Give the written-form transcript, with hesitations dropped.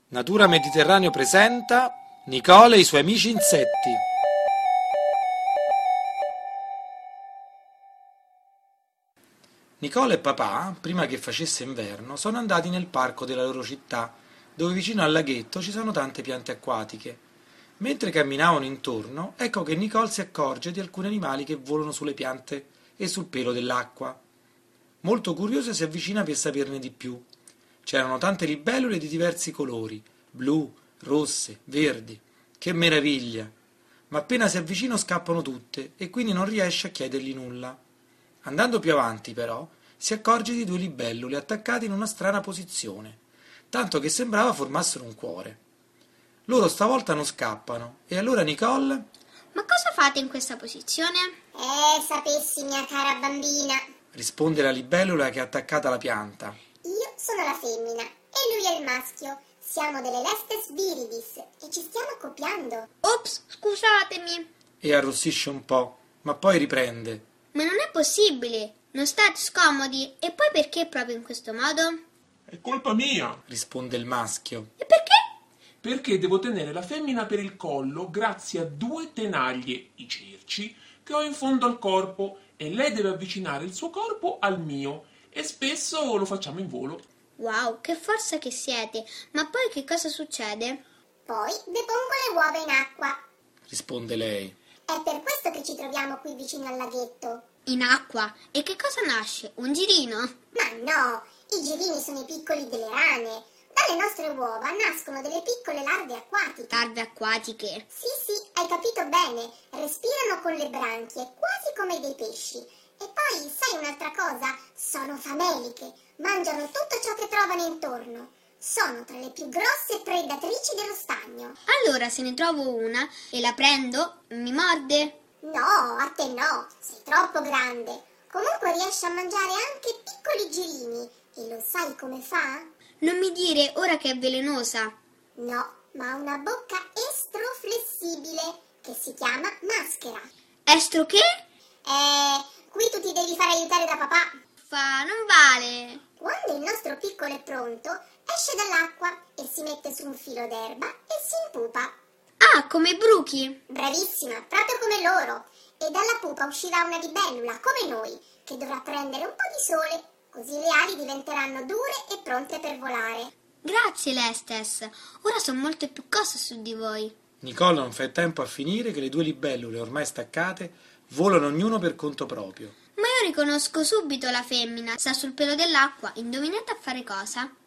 Natura Mediterraneo presenta Nicole e i suoi amici insetti. Nicole e papà, prima che facesse inverno, sono andati nel parco della loro città, dove vicino al laghetto ci sono tante piante acquatiche. Mentre camminavano intorno, ecco che Nicole si accorge di alcuni animali che volano sulle piante e sul pelo dell'acqua. Molto curiosa si avvicina per saperne di più. C'erano tante libellule di diversi colori, blu, rosse, verdi. Che meraviglia! Ma appena si avvicina scappano tutte e quindi non riesce a chiedergli nulla. Andando più avanti, però, si accorge di due libellule attaccate in una strana posizione, tanto che sembrava formassero un cuore. Loro stavolta non scappano, e allora Nicole... Ma cosa fate in questa posizione? Sapessi, mia cara bambina. risponde la libellula che è attaccata alla pianta. Io sono la femmina e lui è il maschio. Siamo delle Lestes viridis e ci stiamo accoppiando. Ops, scusatemi. E arrossisce un po', ma poi riprende. Ma non è possibile. Non state scomodi. E poi perché proprio in questo modo? È colpa mia, risponde il maschio. E perché? perché devo tenere la femmina per il collo grazie a due tenaglie, i cerci, che ho in fondo al corpo e lei deve avvicinare il suo corpo al mio e spesso lo facciamo in volo. Wow, che forza che siete. Ma poi che cosa succede? Poi depongo le uova in acqua. Risponde lei. È per questo che ci troviamo qui vicino al laghetto. In acqua? E che cosa nasce? Un girino? Ma no, i girini sono i piccoli delle rane. Dalle nostre uova nascono delle piccole larve acquatiche. Larve acquatiche? Sì, hai capito bene. Respirano con le branchie, quasi come dei pesci. E poi, sai un'altra cosa? Sono fameliche. Mangiano tutto ciò che trovano intorno. Sono tra le più grosse predatrici dello stagno. Allora se ne trovo una e la prendo, mi morde? No, a te no, sei troppo grande. Comunque riesce a mangiare anche piccoli girini. E lo sai come fa? Non mi dire ora che è velenosa. No, ma ha una bocca estroflessibile che si chiama maschera. Estro che? Qui tu ti devi fare aiutare da papà. Non vale. Quando il nostro piccolo è pronto, esce dall'acqua e si mette su un filo d'erba e si impupa. Ah, come i bruchi. Bravissima, proprio come loro. E dalla pupa uscirà una libellula, come noi, che dovrà prendere un po' di sole, così le ali diventeranno dure e pronte per volare. Grazie, Lestes. Ora so molte più cose su di voi. Nicole non fa il tempo a finire che le due libellule ormai staccate volano ognuno per conto proprio. Ma io riconosco subito la femmina. Sta sul pelo dell'acqua. Indovinate a fare cosa?